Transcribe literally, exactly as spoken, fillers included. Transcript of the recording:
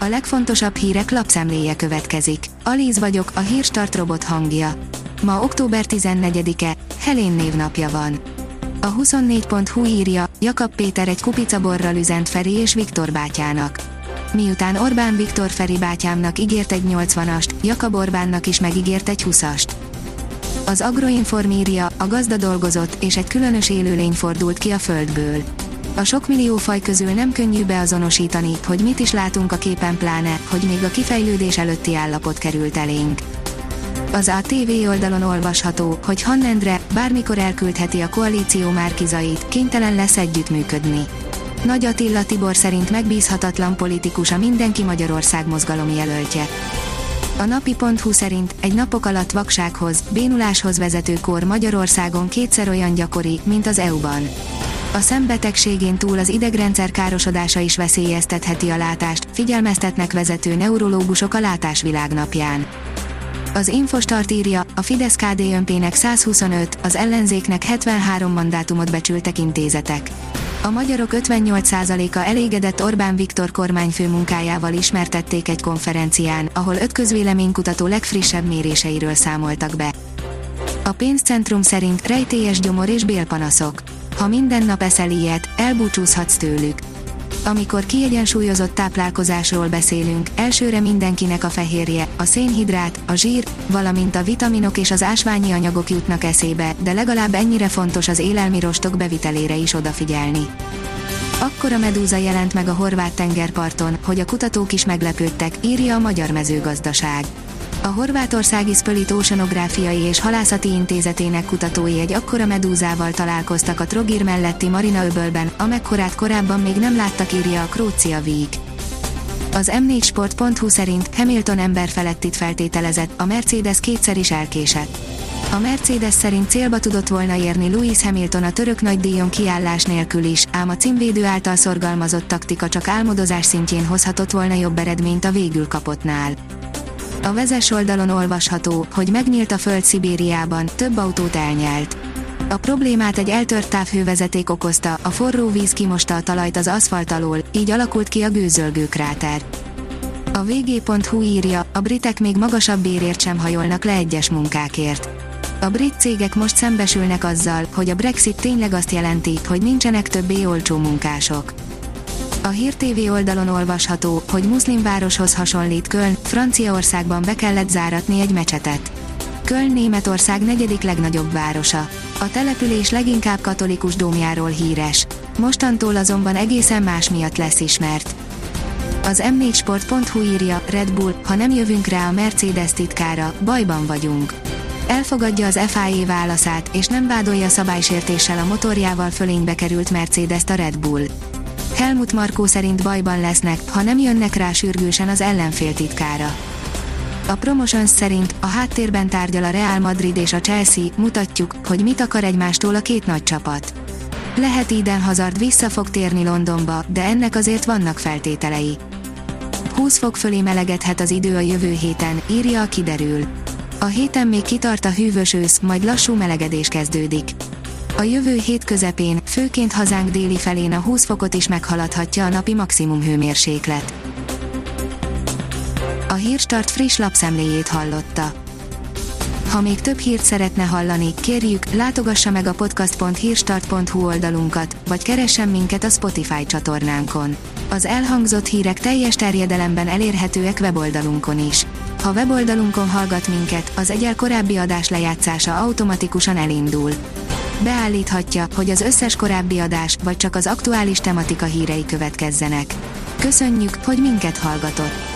A legfontosabb hírek lapszemléje következik. Alíz vagyok, a Hírstart robot hangja. Ma október tizennegyedike, Helén névnapja van. A huszonnégy pont hu írja, Jakab Péter egy kupica borral üzent Feri és Viktor bátyának. Miután Orbán Viktor Feri bátyámnak ígért egy nyolcvanast, Jakab Orbánnak is megígért egy huszast. Az Agroinform írja, a gazda dolgozott, és egy különös élőlény fordult ki a földből. A sok millió faj közül nem könnyű beazonosítani, hogy mit is látunk a képen, pláne, hogy még a kifejlődés előtti állapot került elénk. Az á té vé oldalon olvasható, hogy Han Endre bármikor elküldheti a koalíció márkizait, kénytelen lesz együttműködni. Nagy Attila Tibor szerint megbízhatatlan politikus a Mindenki Magyarország mozgalom jelöltje. A napi pont hu szerint egy napok alatt vaksághoz, bénuláshoz vezető kór Magyarországon kétszer olyan gyakori, mint az é u-ban. A szembetegségén túl az idegrendszer károsodása is veszélyeztetheti a látást, figyelmeztetnek vezető neurológusok a Látásvilágnapján. Az Infostart írja, a Fidesz-ká dé en pé-nek százhuszonöt, az ellenzéknek hetvenhárom mandátumot becsültek intézetek. A magyarok ötvennyolc százaléka elégedett Orbán Viktor kormányfő munkájával ismertették egy konferencián, ahol öt közvéleménykutató legfrissebb méréseiről számoltak be. A pénzcentrum szerint rejtélyes gyomor és bélpanaszok. Ha minden nap eszel ilyet, elbúcsúzhatsz tőlük. Amikor kiegyensúlyozott táplálkozásról beszélünk, elsőre mindenkinek a fehérje, a szénhidrát, a zsír, valamint a vitaminok és az ásványi anyagok jutnak eszébe, de legalább ennyire fontos az élelmirostok bevitelére is odafigyelni. Akkora medúza jelent meg a horvát tengerparton, hogy a kutatók is meglepődtek, írja a Magyar Mezőgazdaság. A horvátországi Split Oceanográfiai és Halászati Intézetének kutatói egy akkora medúzával találkoztak a Trogir melletti Marina öbölben, amekkorát korábban még nem láttak, írja a Krócia Week. Az em négy sport pont hu szerint Hamilton emberfelettit feltételezett, a Mercedes kétszer is elkésett. A Mercedes szerint célba tudott volna érni Lewis Hamilton a török nagydíjon kiállás nélkül is, ám a címvédő által szorgalmazott taktika csak álmodozás szintjén hozhatott volna jobb eredményt a végül kapottnál. A Vezes oldalon olvasható, hogy megnyílt a föld Szibériában, több autót elnyelt. A problémát egy eltört távhővezeték okozta, a forró víz kimosta a talajt az aszfalt alól, így alakult ki a gőzölgő kráter. A vé gé pont hu írja, a britek még magasabb bérért sem hajolnak le egyes munkákért. A brit cégek most szembesülnek azzal, hogy a Brexit tényleg azt jelenti, hogy nincsenek többé olcsó munkások. A Hír té vé oldalon olvasható, hogy muszlim városhoz hasonlít Köln, Franciaországban be kellett záratni egy mecsetet. Köln Németország negyedik legnagyobb városa. A település leginkább katolikus dómjáról híres. Mostantól azonban egészen más miatt lesz ismert. Az em négy sport pont hu írja, Red Bull, ha nem jövünk rá a Mercedes titkára, bajban vagyunk. Elfogadja az ef i á válaszát, és nem vádolja szabálysértéssel a motorjával fölénybe került Mercedes-t a Red Bull. Helmut Markó szerint bajban lesznek, ha nem jönnek rá sürgősen az ellenfél titkára. A Promotions szerint a háttérben tárgyal a Real Madrid és a Chelsea, mutatjuk, hogy mit akar egymástól a két nagy csapat. Lehet Eden Hazard vissza fog térni Londonba, de ennek azért vannak feltételei. húsz fok fölé melegedhet az idő a jövő héten, írja a Kiderül. A héten még kitart a hűvös ősz, majd lassú melegedés kezdődik. A jövő hét közepén, főként hazánk déli felén a húsz fokot is meghaladhatja a napi maximum hőmérséklet. A Hírstart friss lapszemléjét hallotta. Ha még több hírt szeretne hallani, kérjük, látogassa meg a podcast pont hírstart pont hu oldalunkat, vagy keressen minket a Spotify csatornánkon. Az elhangzott hírek teljes terjedelemben elérhetőek weboldalunkon is. Ha weboldalunkon hallgat minket, az egyel korábbi adás lejátszása automatikusan elindul. Beállíthatja, hogy az összes korábbi adás, vagy csak az aktuális tematika hírei következzenek. Köszönjük, hogy minket hallgatott!